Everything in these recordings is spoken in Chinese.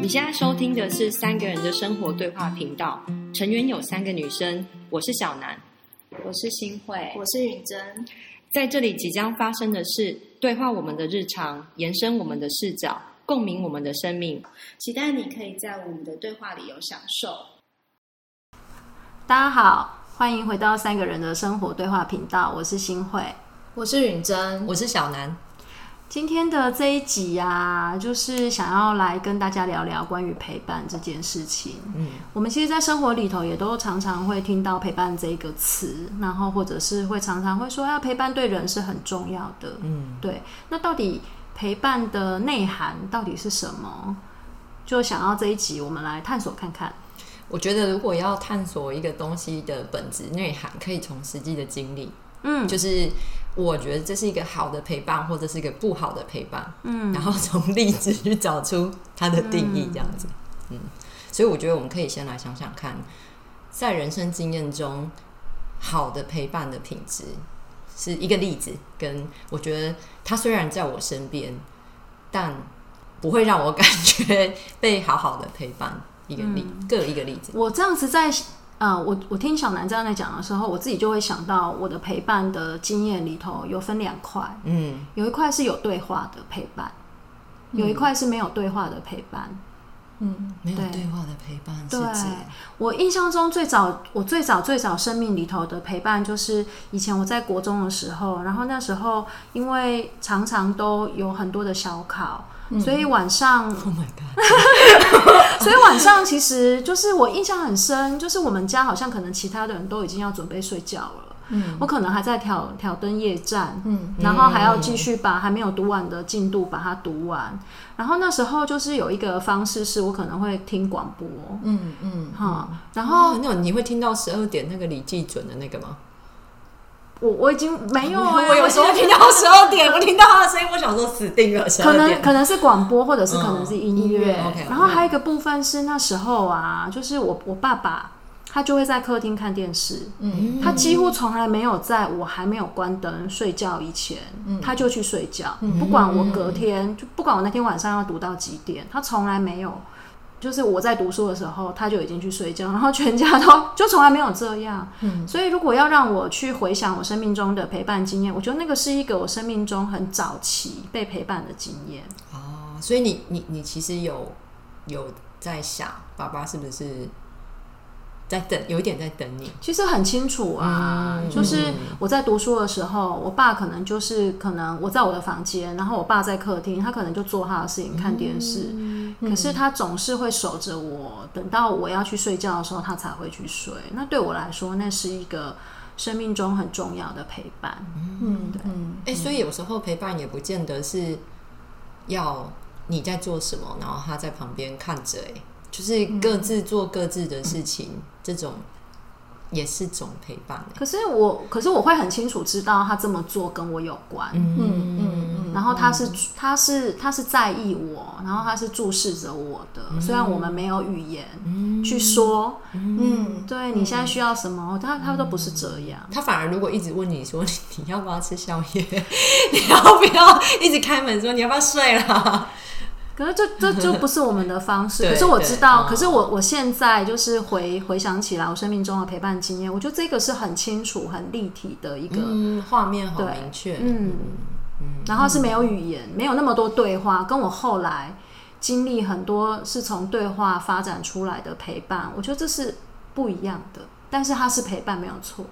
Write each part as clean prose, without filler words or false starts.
你现在收听的是三个人的生活对话频道，成员有3个女生，我是小南， 我是新慧， 我是允珍。 在这里即将发生的是对话我们的日常，延伸我们的视角，共鸣我们的生命， 期待你可以在我们的对话里有享受。 大家好，欢迎回到三个人的生活对话频道，我是新慧， 我是允珍， 我是小南。 今天的这一集啊，就是想要来跟大家聊聊关于陪伴这件事情。我们其实在生活里头也都常常会听到陪伴这个词，然后或者是会常常会说陪伴对人是很重要的。对。那到底陪伴的内涵到底是什么？就想要这一集我们来探索看看。 我觉得如果要探索一个东西的本质内涵，可以从实际的经历。就是我觉得这是一个好的陪伴，或者是一个不好的陪伴。然后从例子去找出它的定义，这样子。所以我觉得我们可以先来想想看，在人生经验中，好的陪伴的品质是一个例子。跟我觉得他虽然在我身边，但不会让我感觉被好好的陪伴。各一个例子。 我这样子在我听小南这样在讲的时候，我自己就会想到我的陪伴的经验里头有分2块。有一块是有对话的陪伴，有一块是没有对话的陪伴。 没有对话的陪伴是指？ 对，我印象中我最早生命里头的陪伴，就是以前我在国中的时候，然后那时候因为常常都有很多的小考。所以晚上 Oh my God 所以晚上其实就是我印象很深，就是我们家好像可能其他的人都已经要准备睡觉了。我可能还在挑灯夜战。然后还要继续把还没有读完的进度把它读完。然后那时候就是有一个方式是我可能会听广播。然后那你会听到12点那个李济准的那个吗？ 我已经没有我有时候听到12点，我听到他的声音，我想说死定了。12点可能是广播，或者是可能是音乐。 Okay, 然后还有一个部分是那时候啊，就是我爸爸他就会在客厅看电视。他几乎从来没有在我还没有关灯睡觉以前，他就去睡觉。不管我隔天，就不管我那天晚上要读到几点，他从来没有。就是我在读书的时候他就已经去睡觉，然后全家都就从来没有这样。所以如果要让我去回想我生命中的陪伴经验，我觉得那个是一个我生命中很早期被陪伴的经验。 所以你其实有在想爸爸是不是在等，有一点在等你？ 其实很清楚啊。就是我在读书的时候，我爸可能我在我的房间，然后我爸在客厅，他可能就做他的事情看电视。可是他总是会守着我，等到我要去睡觉的时候他才会去睡。那对我来说那是一个生命中很重要的陪伴。 对。所以有时候陪伴也不见得是要你在做什么，然后他在旁边看着。就是各自做各自的事情，这种也是种陪伴。 可是我会很清楚知道他这么做跟我有关。然后他是在意我，然后他是注视着我的。虽然我们没有语言去说，对你现在需要什么，他都不是这样。 他反而如果一直问你说你要不要吃宵夜，你要不要一直开门说你要不要睡啦？ 可是这就不是我们的方式。可是我知道，可是我现在就是回想起来我生命中的陪伴经验，我觉得这个是很清楚很立体的一个画面，好明确。 然后是没有语言，没有那么多对话，跟我后来经历很多是从对话发展出来的陪伴，我觉得这是不一样的。但是它是陪伴没有错。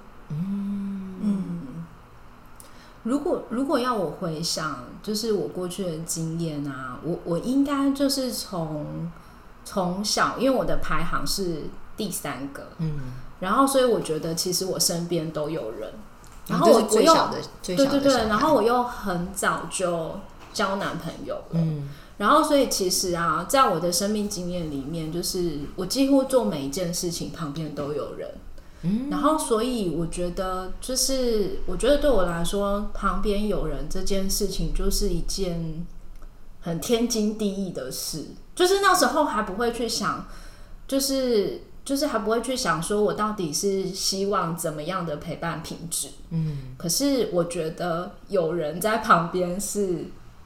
如果要我回想，就是我过去的经验啊，我应该就是從小，因为我的排行是第3个。然后所以我觉得其实我身边都有人。然后我又最小的对，然后我又很早就交男朋友了。然后所以其实啊，在我的生命经验里面，就是我几乎做每一件事情旁边都有人。然后所以我觉得对我来说，旁边有人这件事情就是一件很天经地义的事。就是那时候还不会去想，就是还不会去想说我到底是希望怎么样的陪伴品质。可是我觉得有人在旁边是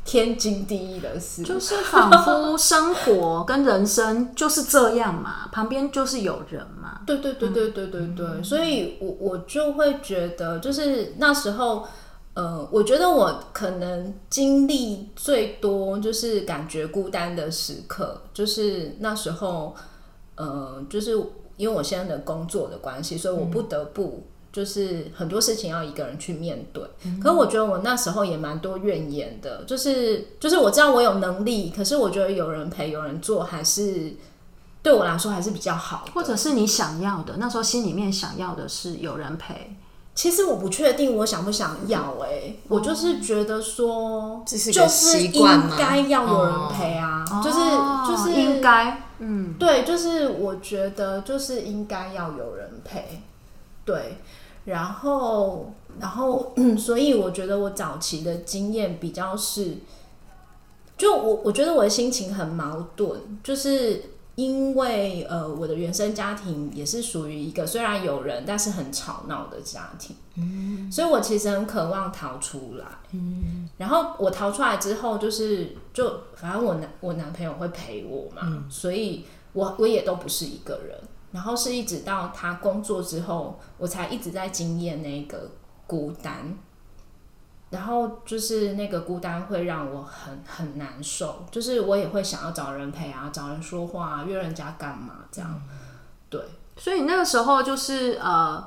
天经地义的事， 就是仿佛生活跟人生就是这样嘛，旁边就是有人嘛。 对，所以我就会觉得，就是那时候，我觉得我可能经历最多就是感觉孤单的时刻，就是那时候，就是因为我现在的工作的关系，所以我不得不。就是很多事情要一个人去面对，可是我觉得我那时候也蛮多怨言的，就是我知道我有能力，可是我觉得有人陪有人做还是对我来说还是比较好的， 或者是你想要的，那时候心里面想要的是有人陪。 其实我不确定我想不想要我就是觉得说这是个习惯吗？ 就是应该要有人陪啊，就是应该， 对，就是我觉得就是应该要有人陪，对。然后，所以我觉得我早期的经验比较是，就我觉得我的心情很矛盾，就是因为我的原生家庭也是属于一个虽然有人但是很吵闹的家庭，所以我其实很渴望逃出来，然后我逃出来之后，就反正我男朋友会陪我嘛，所以我也都不是一个人。然后是一直到他工作之后，我才一直在经验那个孤单，然后就是那个孤单会让我很难受，就是我也会想要找人陪啊，找人说话啊，约人家干嘛这样，对。 所以那个时候就是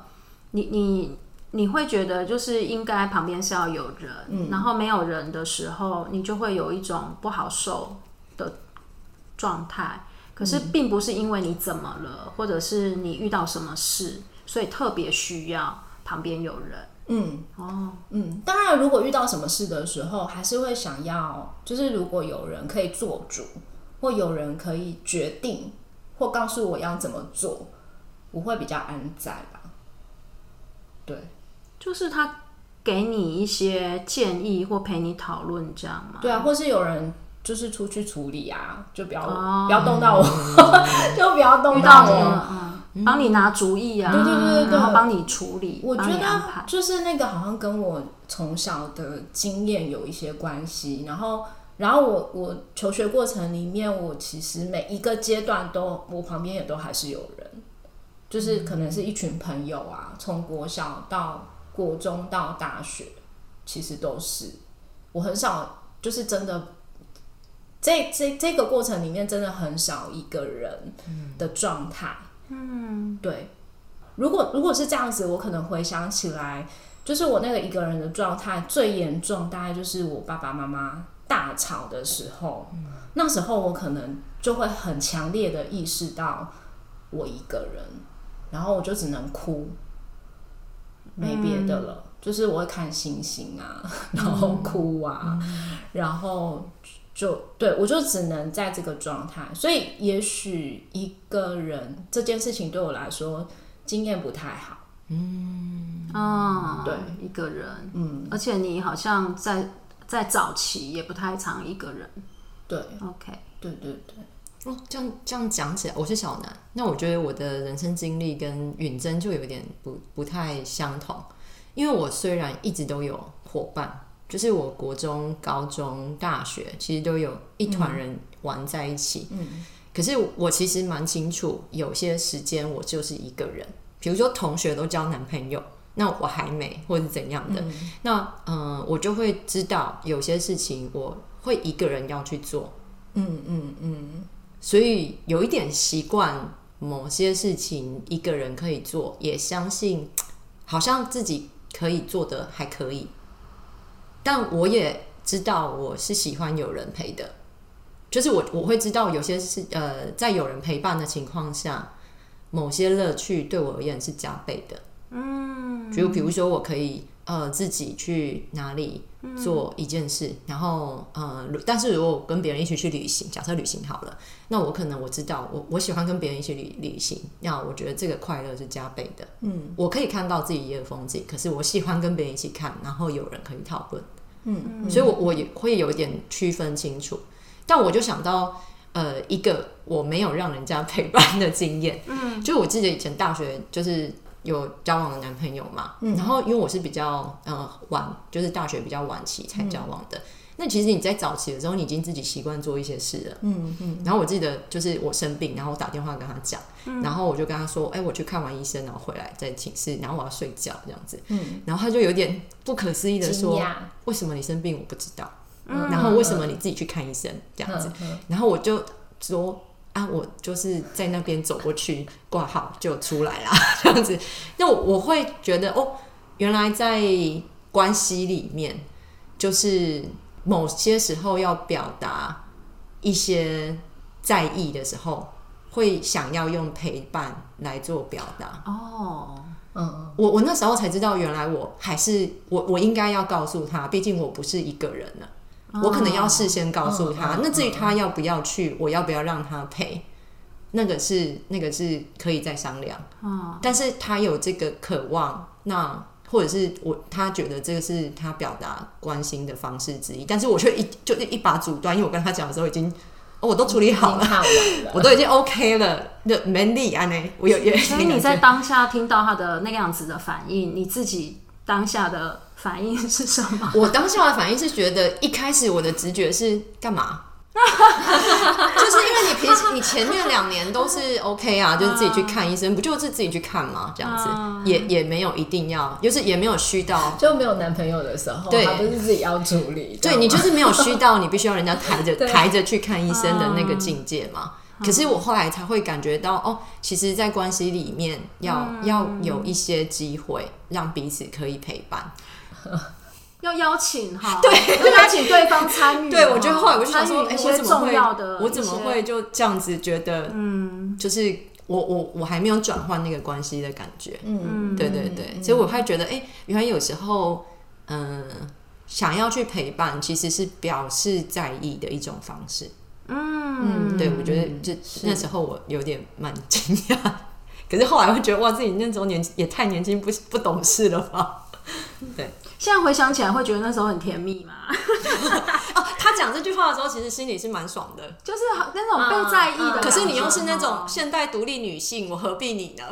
你会觉得就是应该旁边是要有人，然后没有人的时候，你就会有一种不好受的状态。可是并不是因为你怎么了，或者是你遇到什么事，所以特别需要旁边有人。 当然，如果遇到什么事的时候，还是会想要，就是如果有人可以做主，或有人可以决定，或告诉我要怎么做，我会比较安在吧。对， 就是他给你一些建议或陪你讨论这样吗？ 对啊，或是有人。就是出去处理啊，就不要动到我，就不要动到我， 帮你拿主意啊， 对， 然后帮你处理， 我觉得安排就是那个好像跟我从小的经验有一些关系。然后我求学过程里面，我其实每一个阶段我旁边也都还是有人，就是可能是一群朋友啊，从国小到国中到大学，其实都是我很少就是真的。这个过程里面真的很少一个人的状态，对。如果是这样子，我可能回想起来，就是我那个一个人的状态最严重，大概就是我爸爸妈妈大吵的时候，那时候我可能就会很强烈的意识到我一个人，然后我就只能哭，没别的了，就是我会看星星啊，然后哭啊，然后。对，我就只能在这个状态，所以也许一个人这件事情对我来说经验不太好。对， 一个人，而且你好像在早期也不太常一个人。 对 ，OK， 对。 这样讲起来，我是小南，那我觉得我的人生经历跟允珍就有点不太相同，因为我虽然一直都有伙伴。就是我国中、高中、大学，其实都有一团人玩在一起。可是我其实蛮清楚，有些时间我就是一个人。比如说同学都交男朋友，那我还没，或者是怎样的。那我就会知道有些事情我会一个人要去做。所以有一点习惯某些事情一个人可以做，也相信好像自己可以做的还可以。但我也知道我是喜欢有人陪的，就是我会知道有些是在有人陪伴的情况下，某些乐趣对我而言是加倍的。就比如说我可以自己去哪里做一件事，然后但是如果我跟别人一起去旅行，假设旅行好了，那我可能我知道我喜欢跟别人一起旅行，那我觉得这个快乐是加倍的。我可以看到自己的风景，可是我喜欢跟别人一起看，然后有人可以讨论。所以我也会有一点区分清楚。但我就想到一个我没有让人家陪伴的经验。就我记得以前大学就是有交往的男朋友嘛，然后因为我是比较晚，就是大学比较晚期才交往的。 那其实你在早期的时候，你已经自己习惯做一些事了。然后我记得就是我生病，然后我打电话跟他讲，然后我就跟他说，我去看完医生，然后回来在寝室，然后我要睡觉这样子。然后他就有点不可思议的说，为什么你生病我不知道？然后为什么你自己去看医生这样子？然后我就说我就是在那边走过去挂号就出来啦这样子。那我会觉得原来在关系里面，就是某些时候要表达一些在意的时候，会想要用陪伴来做表达。我那时候才知道，原来我还是我应该要告诉他，毕竟我不是一个人了。我可能要事先告诉他，那至于他要不要去，我要不要让他陪，那个是可以再商量。但是他有这个渴望，那或者是他觉得这个是他表达关心的方式之一，但是我却就一把阻断，因为我跟他讲的时候已经我都处理好了，我都已经 OK 了，没力啊呢。 所以你在当下听到他的那个样子的反应，你自己当下的反应是什么？ 我当下的反应是觉得，一开始我的直觉是干嘛？就是因为你前面2年都是 OK 啊，就是自己去看医生，不就是自己去看吗？这样子也没有一定要，就是也没有虚到就没有男朋友的时候，他不是自己要处理。 对，你就是没有虚到你必须要人家抬着去看医生的那个境界嘛。可是我后来才会感觉到，其实在关系里面要有一些机会让彼此可以陪伴。 要邀请对，要邀请对方参与。 对，我觉得后来我就想说， 一些重要的， 我怎么会就这样子觉得？就是我还没有转换那个关系的感觉。对对对，所以我会觉得，原来有时候，想要去陪伴，其实是表示在意的一种方式。对，我觉得那时候我有点蛮惊讶，可是后来会觉得，哇，自己那时候也太年轻，不懂事了吧？对。 现在回想起来，会觉得那时候很甜蜜嘛？ 他讲这句话的时候，其实心里是蛮爽的， 就是那种被在意的感觉。 可是你又是那种现代独立女性，我何必你呢？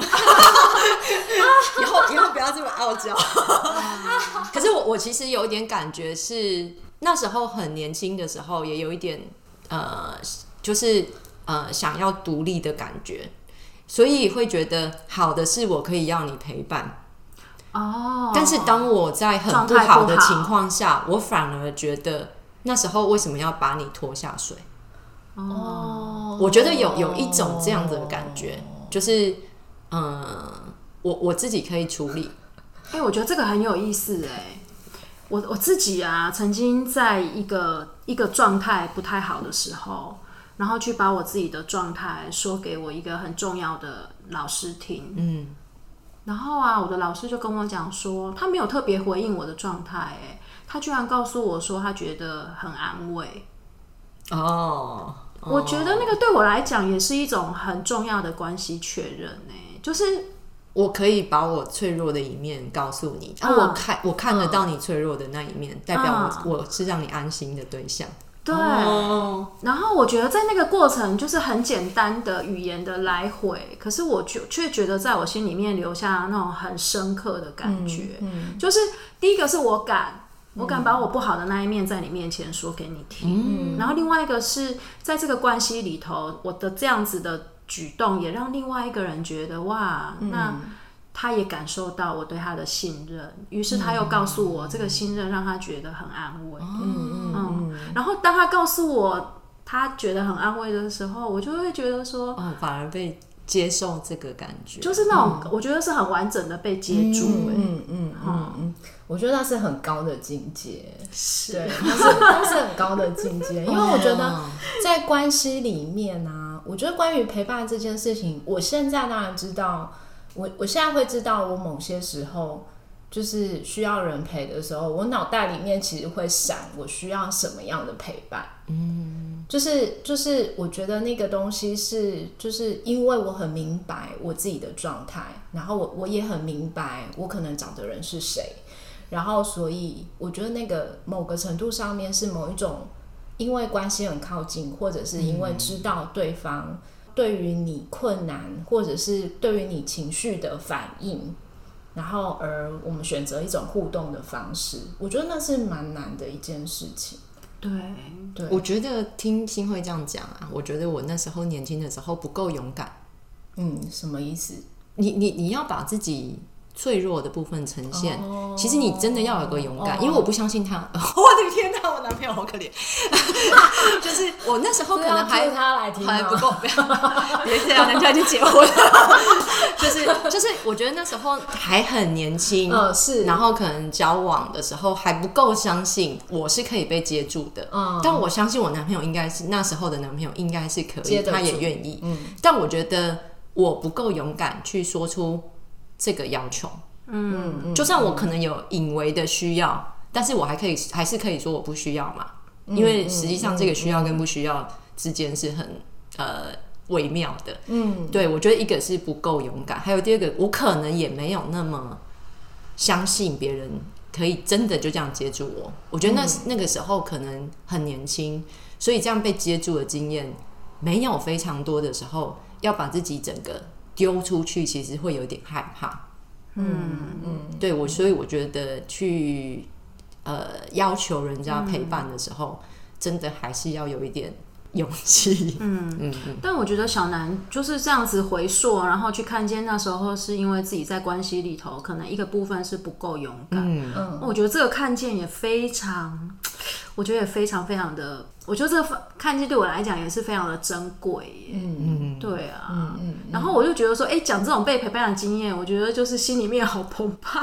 以后不要这么傲娇。可是我其实有一点感觉是，那时候很年轻的时候，也有一点就是想要独立的感觉，所以会觉得好的是我可以要你陪伴。但是当我在很不好的情况下，我反而觉得那时候为什么要把你拖下水？我觉得有一种这样的感觉，就是我自己可以处理。 我觉得这个很有意思我自己啊，曾经在一个状态不太好的时候，然后去把我自己的状态说给我一个很重要的老师听。然后我的老师就跟我讲说，他没有特别回应我的状态，他居然告诉我说他觉得很安慰。我觉得那个对我来讲也是一种很重要的关系确认，就是我可以把我脆弱的一面告诉你，我看得到你脆弱的那一面，代表我是让你安心的对象。 对，然后我觉得在那个过程就是很简单的语言的来回，可是我却觉得在我心里面留下那种很深刻的感觉。就是第一个是我敢把我不好的那一面在你面前说给你听，然后另外一个是在这个关系里头，我的这样子的举动也让另外一个人觉得哇，那他也感受到我对他的信任，于是他又告诉我，这个信任让他觉得很安慰。然后当他告诉我他觉得很安慰的时候，我就会觉得说， 反而被接受这个感觉， 就是那种我觉得是很完整的被接住。 我觉得那是很高的境界，对，那是很高的境界。因为我觉得在关系里面啊，我觉得关于陪伴这件事情，我现在当然知道。我现在会知道，我某些时候就是需要人陪的时候，我脑袋里面其实会闪我需要什么样的陪伴。就是我觉得那个东西是，就是因为我很明白我自己的状态，然后我也很明白我可能找的人是谁，然后所以我觉得那个某个程度上面是某一种，因为关系很靠近，或者是因为知道对方对于你困难或者是对于你情绪的反应，然后而我们选择一种互动的方式，我觉得那是蛮难的一件事情。 对， 我觉得听新慧这样讲啊，我觉得我那时候年轻的时候不够勇敢。 什么意思？ 你要把自己脆弱的部分呈现，其实你真的要有个勇敢，因为我不相信他。我的天哪，我男朋友好可怜。就是我那时候可能还不够，别这样，人家已经结婚了。就是，我觉得那时候还很年轻， 是， 然后可能交往的时候还不够相信我是可以被接住的。但我相信我男朋友应该是那时候的男朋友应该是可以，他也愿意。但我觉得我不够勇敢去说出这个要求。就算我可能有隐微的需要，但是我还是可以说我不需要嘛。因为实际上这个需要跟不需要之间是很微妙的。对，我觉得一个是不够勇敢，还有第二个，我可能也没有那么相信别人可以真的就这样接住我。我觉得那个时候可能很年轻，所以这样被接住的经验没有非常多的时候，要把自己整个丢出去，其实会有点害怕。对，所以我觉得去要求人家陪伴的时候，真的还是要有一点勇气。 但我觉得小南就是这样子回溯，然后去看见那时候是因为自己在关系里头，可能一个部分是不够勇敢。我觉得这个看见也非常，我觉得也非常非常的，我觉得这个看见对我来讲也是非常的珍贵耶。对啊。然后我就觉得说，讲这种被陪伴的经验，我觉得就是心里面好澎湃，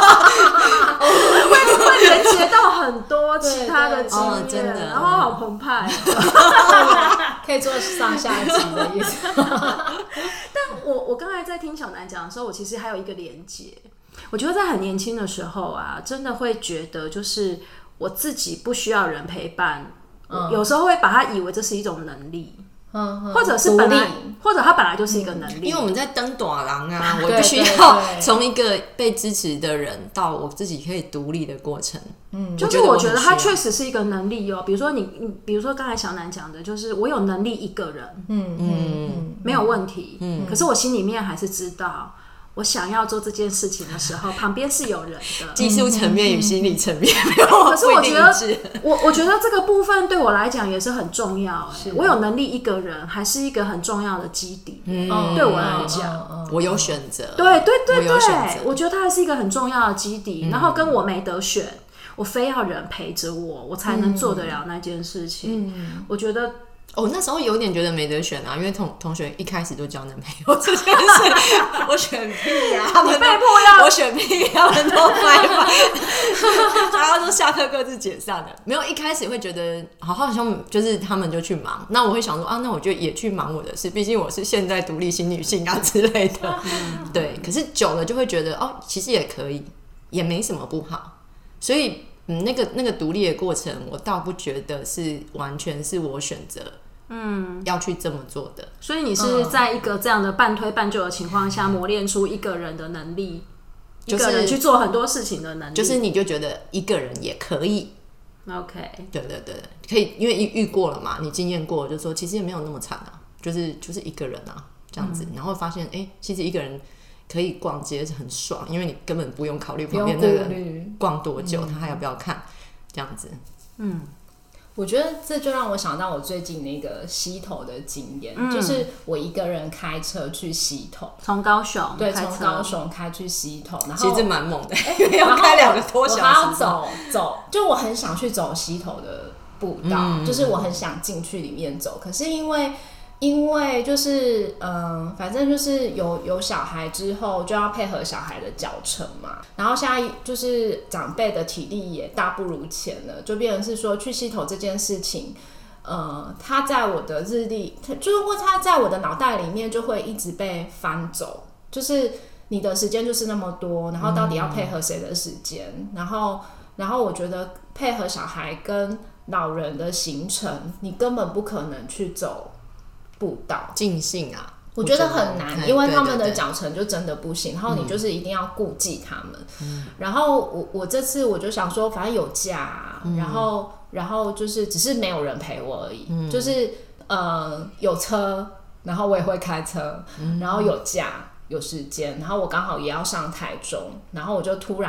会连接到很多其他的经验， 真的， 然后好澎湃。 可以做上下集的意思。 但我刚才在听小南讲的时候，我其实还有一个连结。我觉得在很年轻的时候啊，真的会觉得就是我自己不需要人陪伴，有时候会把它以为这是一种能力。或者是本来，或者它本来就是一个能力， 因为我们在登短廊啊，我必须要从一个被支持的人到我自己可以独立的过程。 就是我觉得它确实是一个能力哦。比如说比如说刚才小南讲的，就是我有能力一个人，没有问题，可是我心里面还是知道。我想要做这件事情的时候，旁边是有人的。 技术层面与心理层面， 可是我觉得，我觉得这个部分对我来讲也是很重要。我有能力一个人，还是一个很重要的基底。对我来讲， 我有选择。 对，我觉得它还是一个很重要的基底。然后跟我没得选，我非要人陪着我才能做得了那件事情。我觉得。 那时候有点觉得没得选啊，因为同学一开始就交男朋友这件事，我选屁啊！ 你被迫要我选屁，他们都拜拜，然后都下课各自解散了。没有，一开始会觉得好像就是他们就去忙，那我会想说那我就也去忙我的事，毕竟我是现代独立新女性啊之类的。对，可是久了就会觉得其实也可以，也没什么不好，所以。那个独立的过程，我倒不觉得是完全是我选择，要去这么做的。 所以你是在一个这样的半推半就的情况下，磨练出一个人的能力，一个人去做很多事情的能力。 就是你就觉得一个人也可以。 OK， 对，可以，因为遇过了嘛，你经验过，就说其实也没有那么惨啊，就是一个人啊这样子，然后发现其实一个人。可以逛街是很爽，因为你根本不用考虑旁边那个人逛多久，他还要不要看，这样子。 我觉得这就让我想到我最近那个溪头的经验，就是我一个人开车去溪头， 从高雄从高雄开去溪头，然后其实蛮猛的，因为要开2个多小时， 我还要走，就我很想去走溪头的步道，就是我很想进去里面走，可是因为就是反正就是有小孩之后就要配合小孩的脚程嘛，然后现在就是长辈的体力也大不如前了，就变成是说去溪头这件事情，他在我的日历，就是或他在我的脑袋里面就会一直被翻走，就是你的时间就是那么多，然后到底要配合谁的时间，然后我觉得配合小孩跟老人的行程，你根本不可能去走。步道尽兴啊， 我觉得很难，因为他们的脚程就真的不行，然后你就是一定要顾忌他们。然后我这次我就想说，反正有假，然后就是只是没有人陪我而已，就是有车，然后我也会开车，然后有假有时间，然后我刚好也要上台中，然后我就突然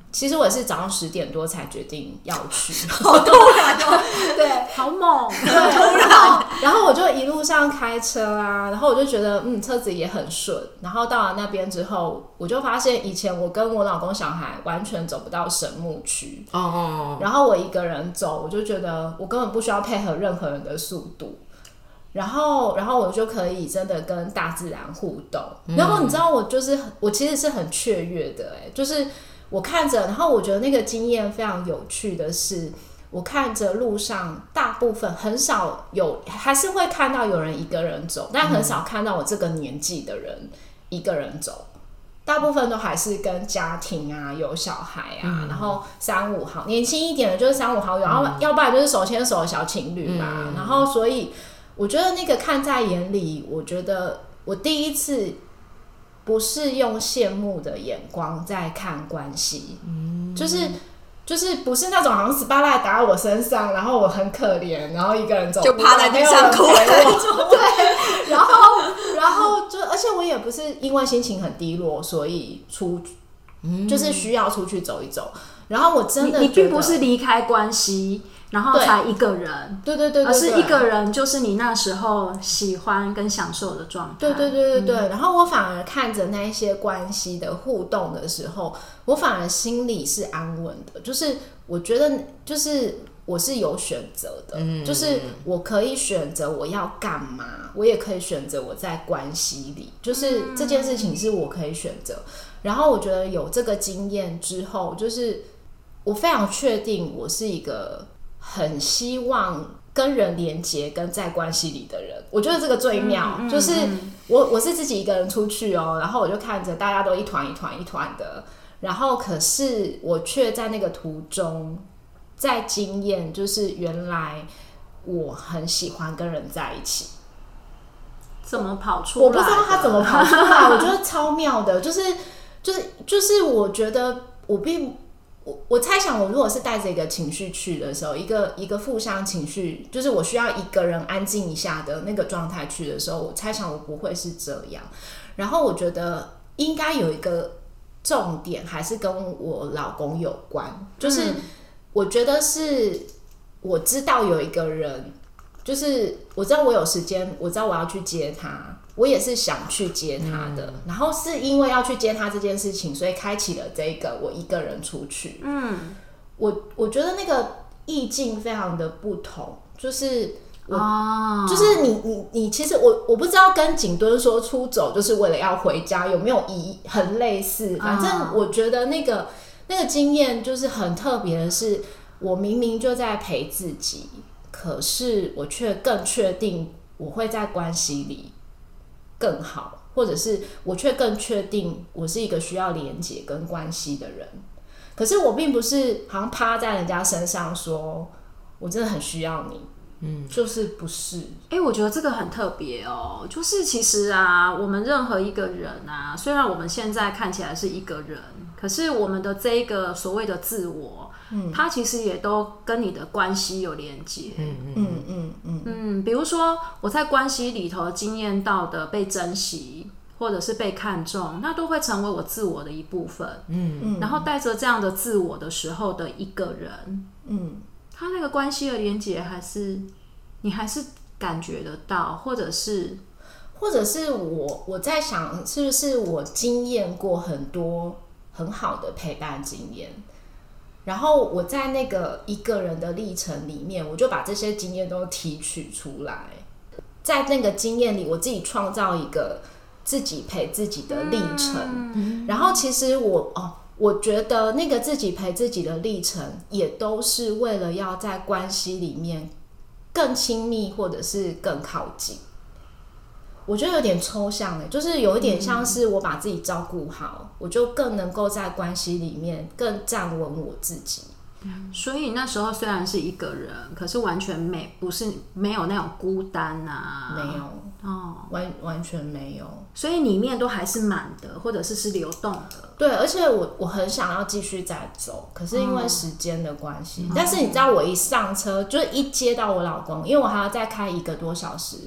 其实我也是早上10点多才决定要去， 好突然哦， 对， 好猛， 然后我就一路上开车啊，然后我就觉得车子也很顺，然后到了那边之后，我就发现以前我跟我老公小孩完全走不到神木区，然后我一个人走，我就觉得我根本不需要配合任何人的速度。然后我就可以真的跟大自然互动，然后你知道我其实是很雀跃的，就是我看着，然后我觉得那个经验非常有趣的是，我看着路上大部分很少还是会看到有人一个人走，但很少看到我这个年纪的人一个人走，大部分都还是跟家庭啊，有小孩啊，然后3-5好年轻一点的就是3-5好友，然后要不然就是手牵手的小情侣嘛，然后所以我觉得那个看在眼里，我觉得我第一次不是用羡慕的眼光在看关系，就是不是那种好像18打在我身上，然后我很可怜，然后一个人走， 就趴在地上哭对，然后就而且我也不是因为心情很低落，所以就是需要出去走一走。然后我真的你并不是离开关系，然后才一个人， 对， 而是一个人就是你那时候喜欢跟享受的状态。 对。然后我反而看着那一些关系的互动的时候，我反而心里是安稳的，就是我觉得就是我是有选择的，就是我可以选择我要干嘛，我也可以选择我在关系里，就是这件事情是我可以选择。然后我觉得有这个经验之后，就是我非常确定我是一个很希望跟人连结跟在关系里的人。我觉得这个最妙，就是我是自己一个人出去然后我就看着大家都一团一团一团的，然后可是我却在那个途中在经验，就是原来我很喜欢跟人在一起。 怎么跑出来？ 我不知道他怎么跑出来，我觉得超妙的，就是我觉得我猜想，我如果是带着一个情绪去的时候，一个负向情绪，就是我需要一个人安静一下的那个状态去的时候，我猜想我不会是这样。然后我觉得应该有一个重点还是跟我老公有关，就是我觉得是我知道有一个人，就是我知道我有时间，我知道我要去接他，我也是想去接他的，然后是因为要去接他这件事情，所以开启了这个我一个人出去。我觉得那个意境非常的不同，就是就是你其实我不知道跟景敦说出走就是为了要回家有没有很类似，反正我觉得那个经验就是很特别的是，我明明就在陪自己，可是我却更确定我会在关系里更好，或者是我却更确定我是一个需要连结跟关系的人。可是我并不是好像趴在人家身上说我真的很需要你，就是不是。 我觉得这个很特别就是其实啊，我们任何一个人啊，虽然我们现在看起来是一个人，可是我们的这一个所谓的自我，它其实也都跟你的关系有连结。比如说我在关系里头经验到的被珍惜，或者是被看重，那都会成为我自我的一部分。然后带着这样的自我的时候的一个人，他那个关系的连结你还是感觉得到，或者是我在想，是不是我经验过很多很好的陪伴经验，然后我在那个一个人的历程里面，我就把这些经验都提取出来，在那个经验里，我自己创造一个自己陪自己的历程。然后其实我觉得那个自己陪自己的历程，也都是为了要在关系里面更亲密，或者是更靠近。我觉得有点抽象就是有一点像是我把自己照顾好，我就更能够在关系里面更站稳我自己。 所以那时候虽然是一个人，可是完全没有那种孤单啊， 没有完全没有， 所以里面都还是满的，或者是流动的。 对，而且我很想要继续再走，可是因为时间的关系，但是你知道我一上车就是一接到我老公，因为我还要再开1个多小时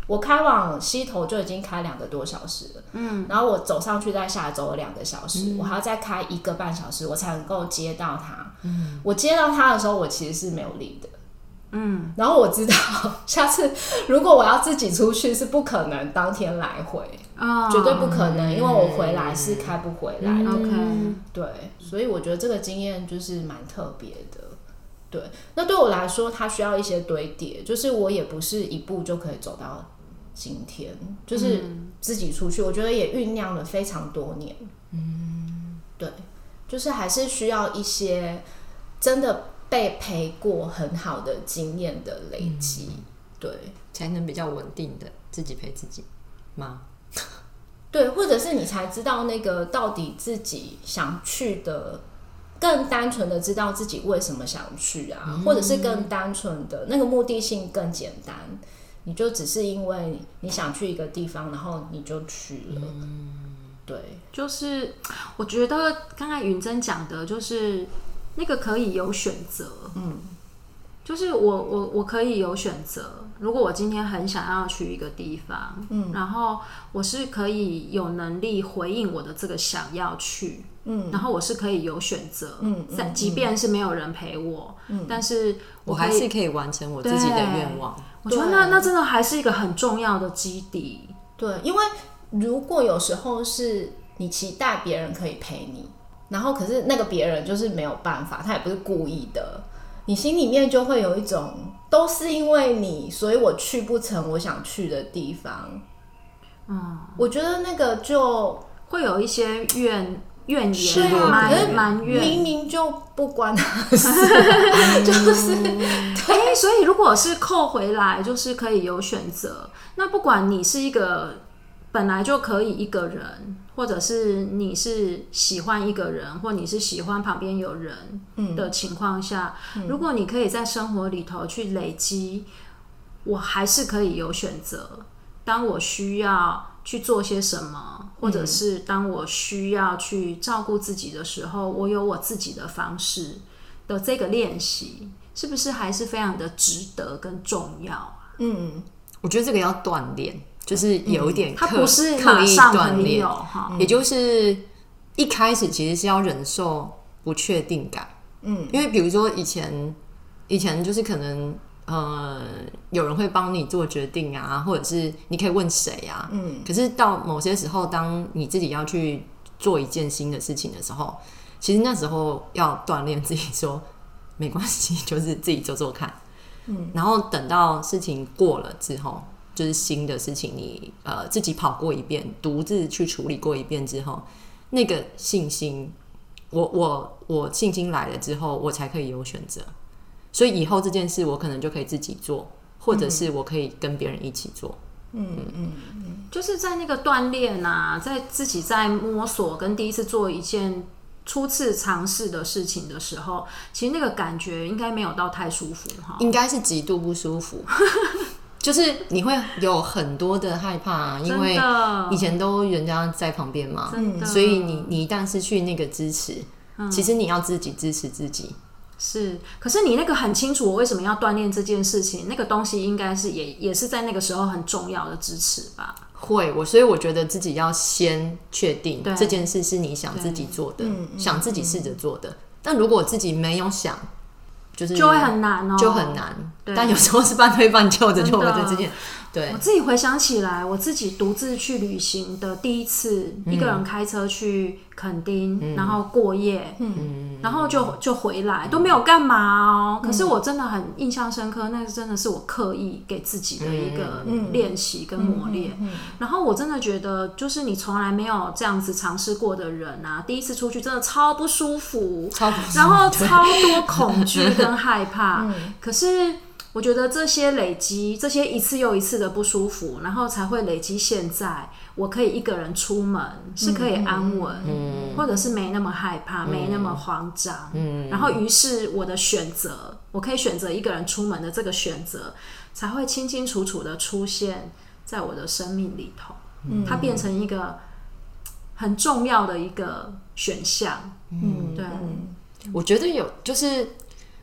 我开往溪头就已经开2个多小时了，然后我走上去再下来走了2个小时，我还要再开1个半小时，我才能够接到他。我接到他的时候，我其实是没有力的。然后我知道下次如果我要自己出去是不可能当天来回，绝对不可能，因为我回来是开不回来的。 OK， 对，所以我觉得这个经验就是蛮特别的。对，那对我来说，它需要一些堆叠，就是我也不是一步就可以走到今天，就是自己出去，我觉得也酝酿了非常多年。对，就是还是需要一些真的被陪过很好的经验的累积，对， 才能比较稳定的自己陪自己吗？ 对，或者是你才知道那个到底自己想去的，更单纯的知道自己为什么想去啊，或者是更单纯的那个目的性更简单，你就只是因为你想去一个地方，然后你就去了。对， 就是我觉得刚才允珍讲的，就是那个可以有选择，就是我可以有选择。如果我今天很想要去一个地方，然后我是可以有能力回应我的这个想要去，然后我是可以有选择，即便是没有人陪我，但是我还是可以完成我自己的愿望。 我觉得那真的还是一个很重要的基底。 对，因为如果有时候是你期待别人可以陪你，然后可是那个别人就是没有办法，他也不是故意的，你心里面就会有一种都是因为你，所以我去不成我想去的地方。我觉得那个就会有一些怨言，埋怨， 明明就不关他的事，就是对。所以如果是扣回来，就是可以有选择。那不管你是一个本来就可以一个人，或者是你是喜欢一个人，或你是喜欢旁边有人的情况下，如果你可以在生活里头去累积，我还是可以有选择。当我需要去做些什么，或者是当我需要去照顾自己的时候，我有我自己的方式的这个练习，是不是还是非常的值得跟重要啊？ 我觉得这个要锻炼，就是有一点它不是马上可以有， 也就是一开始其实是要忍受不确定感。因为比如说以前就是可能有人会帮你做决定啊，或者是你可以问谁啊，可是到某些时候，当你自己要去做一件新的事情的时候，其实那时候要锻炼自己说没关系，就是自己做做看。然后等到事情过了之后，就是新的事情你自己跑过一遍，独自去处理过一遍之后，那个信心，我信心来了之后，我才可以有选择。所以以后这件事我可能就可以自己做，或者是我可以跟别人一起做。 就是在那个锻炼啊，在自己在摸索跟第一次做一件初次尝试的事情的时候，其实那个感觉应该没有到太舒服哈， 应该是极度不舒服。就是你会有很多的害怕，因为以前都人家在旁边嘛，所以你一旦失去那个支持，其实你要自己支持自己。 是，可是你那个很清楚我为什么要锻炼这件事情，那个东西应该是也是在那个时候很重要的支持吧。 所以我觉得自己要先确定这件事是你想自己做的，想自己试着做的。但如果自己没有想，就会很难哦， 就很难。但有时候是半推半就的，就我的这件。对， 我自己回想起来，我自己独自去旅行的第一次，一个人开车去垦丁，然后过夜，然后就回来，都没有干嘛哦。可是我真的很印象深刻，那真的是我刻意给自己的一个练习跟磨练。然后我真的觉得，就是你从来没有这样子尝试过的人啊，第一次出去真的超不舒服，然后超多恐惧跟害怕。可是我觉得这些累积，这些一次又一次的不舒服，然后才会累积现在我可以一个人出门，是可以安稳，或者是没那么害怕，没那么慌张，然后于是我的选择，我可以选择一个人出门的这个选择，才会清清楚楚的出现在我的生命里头，它变成一个很重要的一个选项。对， 我觉得有就是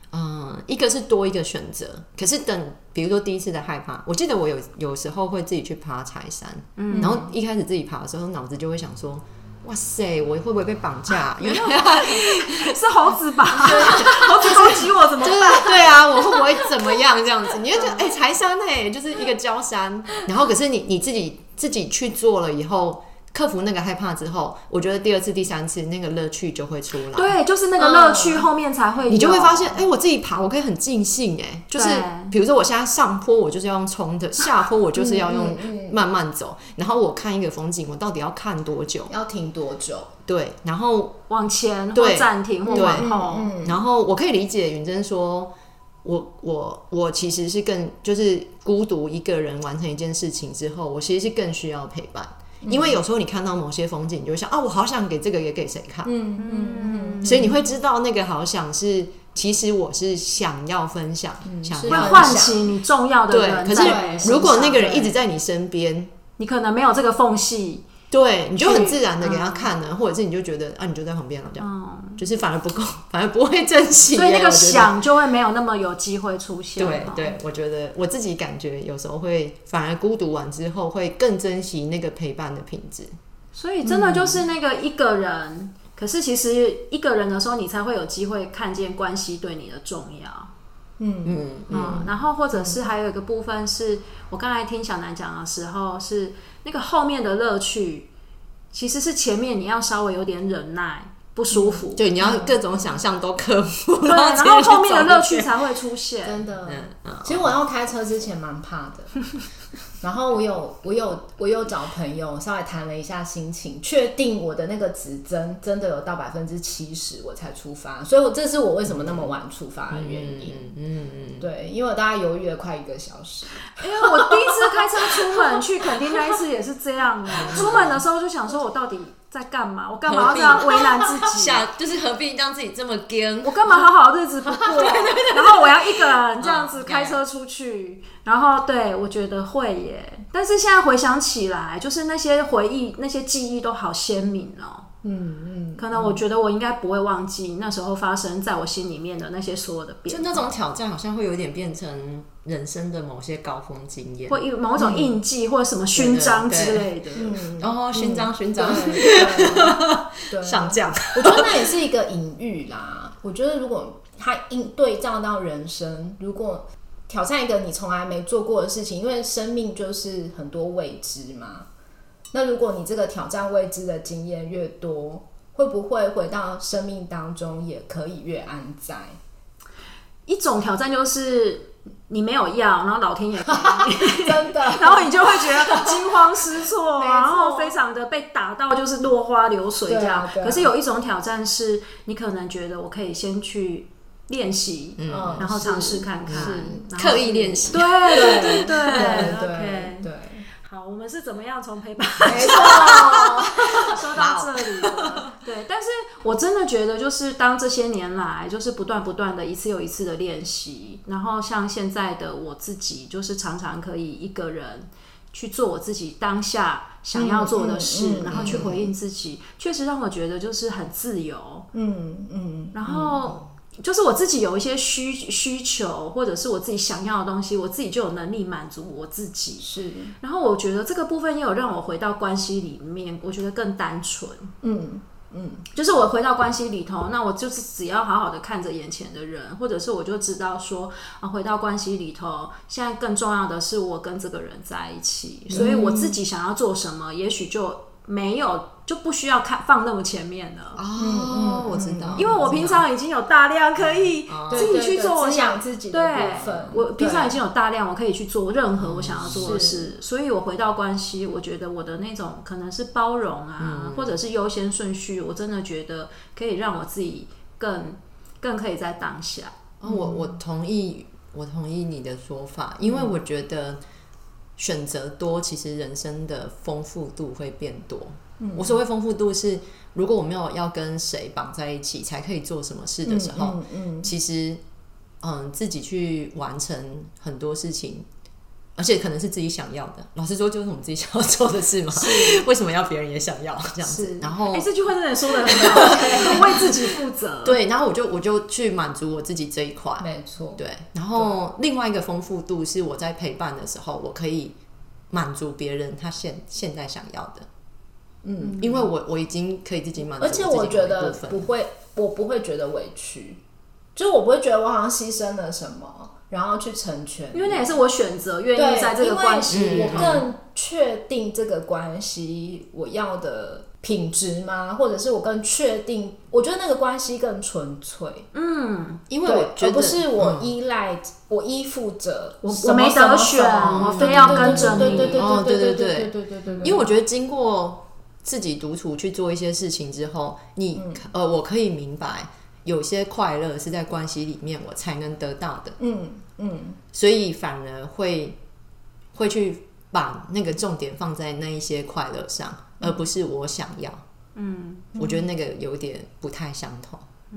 一个是多一个选择，可是等比如说第一次的害怕，我记得我有时候会自己去爬柴山，然后一开始自己爬的时候，脑子就会想说，哇塞，我会不会被绑架？因为是猴子吧？猴子攻击我怎么办？ 对啊，我会不会怎么样这样子？你就觉得柴山就是一个焦山，然后可是你自己去做了以后。克服那个害怕之后，我觉得第二次、第三次那个乐趣就会出来。 对，就是那个乐趣后面才会有， 你就会发现，我自己爬，我可以很尽兴，就是比如说我现在上坡，我就是要用冲的；下坡我就是要用慢慢走。然后我看一个风景，我到底要看多久？ 要停多久？ 对，然后往前或暂停或往后。 然后我可以理解允珍说。我其实是更就是孤独一个人完成一件事情之后，我其实是更需要陪伴。因为有时候你看到某些风景，你就会想我好想给这个也给谁看，所以你会知道那个好想是，其实我是想要分享，想要会唤起你重要的人。 对，可是如果那个人一直在你身边， 你可能没有这个缝隙。 对，你就很自然的给他看呢，或者是你就觉得你就在旁边了，这样，就是反而不够，反而不会珍惜， 所以那个想就会没有那么有机会出现。 对，我觉得我自己感觉有时候会反而孤独完之后会更珍惜那个陪伴的品质。 所以真的就是那个一个人，可是其实一个人的时候，你才会有机会看见关系对你的重要。然后或者是还有一个部分是我刚才听小南讲的时候，是那个后面的乐趣，其实是前面你要稍微有点忍耐，不舒服， 对，你要各种想象都克服， 对，然后后面的乐趣才会出现。 真的，其实我要开车之前蛮怕的，然后我有找朋友稍微谈了一下心情，确定我的那个指针真的有到70%，我才出发。所以这是我为什么那么晚出发的原因。对，因为我大概犹豫了快1个小时。 因为我第一次开车出门去垦丁那一次也是这样的，出门的时候就想说我到底在干嘛？我干嘛要这样为难自己？ 就是何必让自己这么惊？ 我干嘛好好日子不过？然后我要一个人这样子开车出去，然后对我觉得会耶。但是现在回想起来，就是那些回忆、那些记忆都好鲜明哦。可能我觉得我应该不会忘记那时候发生在我心里面的那些所有的变化。 就那种挑战，好像会有点变成人生的某些高峰经验， 或某种印记，或者什么勋章之类的。 勋章，上将。 我觉得那也是一个隐喻啦。我觉得如果它对照到人生，如果挑战一个你从来没做过的事情，因为生命就是很多未知嘛。那如果你这个挑战未知的经验越多，会不会回到生命当中也可以越安在？ 一种挑战就是你没有要，然后老天爷给你真的， 然后你就会觉得惊慌失措，然后非常的被打到，就是落花流水这样。可是有一种挑战是，你可能觉得我可以先去练习，然后尝试看看， 刻意练习。 对。好，我们是怎么样从陪伴说到这里的？对，但是我真的觉得，就是当这些年来，就是不断的一次又一次的练习，然后像现在的我自己，就是常常可以一个人去做我自己当下想要做的事，然后去回应自己，确实让我觉得就是很自由。然后。就是我自己有一些需求，或者是我自己想要的东西，我自己就有能力满足我自己。 是， 然后我觉得这个部分也有让我回到关系里面，我觉得更单纯。就是我回到关系里头，那我就是只要好好的看着眼前的人，或者是我就知道说，回到关系里头，现在更重要的是我跟这个人在一起，所以我自己想要做什么，也许就没有。就不需要放那么前面了。 我知道， 因为我平常已经有大量可以自己去做我想自己的部分。 我平常已经有大量我可以去做任何我想要做的事，所以我回到关系，我觉得我的那种可能是包容啊，或者是优先顺序，我真的觉得可以让我自己更可以在当下。 我同意你的说法，因为我觉得选择多，其实人生的丰富度会变多。我所谓丰富度是，如果我没有要跟谁绑在一起才可以做什么事的时候，其实自己去完成很多事情， 而且可能是自己想要的。老实说，就是我们自己想要做的事嘛，为什么要别人也想要这样子？然后， 这句话真的说得很好，为自己负责。 对，然后我就去满足我自己这一块， 没错。 对，然后另外一个丰富度是我在陪伴的时候，我可以满足别人他现在想要的。因为我已经可以自己满足我自己的部分， 而且我觉得我不会觉得委屈，就是我不会觉得我好像牺牲了什么，然后去成全， 因为那也是我选择愿意在这个关系里， 我更确定这个关系我要的品质吗？或者是我更确定，我觉得那个关系更纯粹。 因为我觉得而不是我依赖，我依附着， 我没得选，我非要跟着你。 对， 因为我觉得经过自己独处去做一些事情之后，我可以明白，有些快乐是在关系里面我才能得到的。所以反而会去把那个重点放在那一些快乐上，而不是我想要。我觉得那个有点不太相同。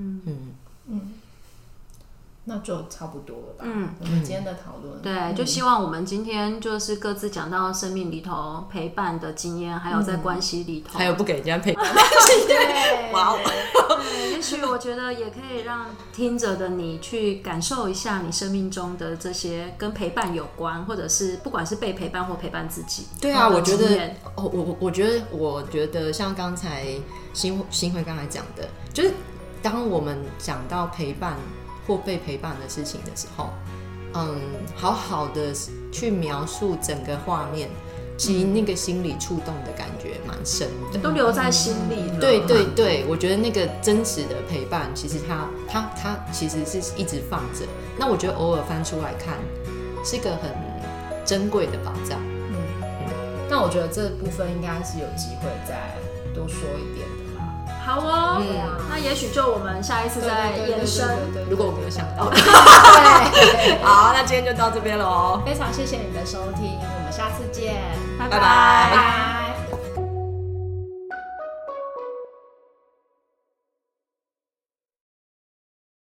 那就差不多了吧。我们今天的讨论， 对，就希望我们今天就是各自讲到生命里头陪伴的经验，还有在关系里头， 还有不给人家陪伴。 对，哇，也许我觉得也可以让听着的你去感受一下你生命中的这些跟陪伴有关，或者是不管是被陪伴或陪伴自己。 对啊，我觉得，我觉得像刚才新慧刚才讲的，就是当我们讲到陪伴或被陪伴的事情的时候，好好的去描述整个画面，其实那个心理触动的感觉蛮深的， 都留在心里了。 对，我觉得那个真实的陪伴，其实它其实是一直放着。那我觉得偶尔翻出来看，是一个很珍贵的宝藏。 但我觉得这部分应该是有机会再多说一点的。 好哦，那也许就我们下一次再延伸。 如果我没有想到， 对， 好，那今天就到这边了哦。 非常谢谢你的收听，我们下次见， 拜拜。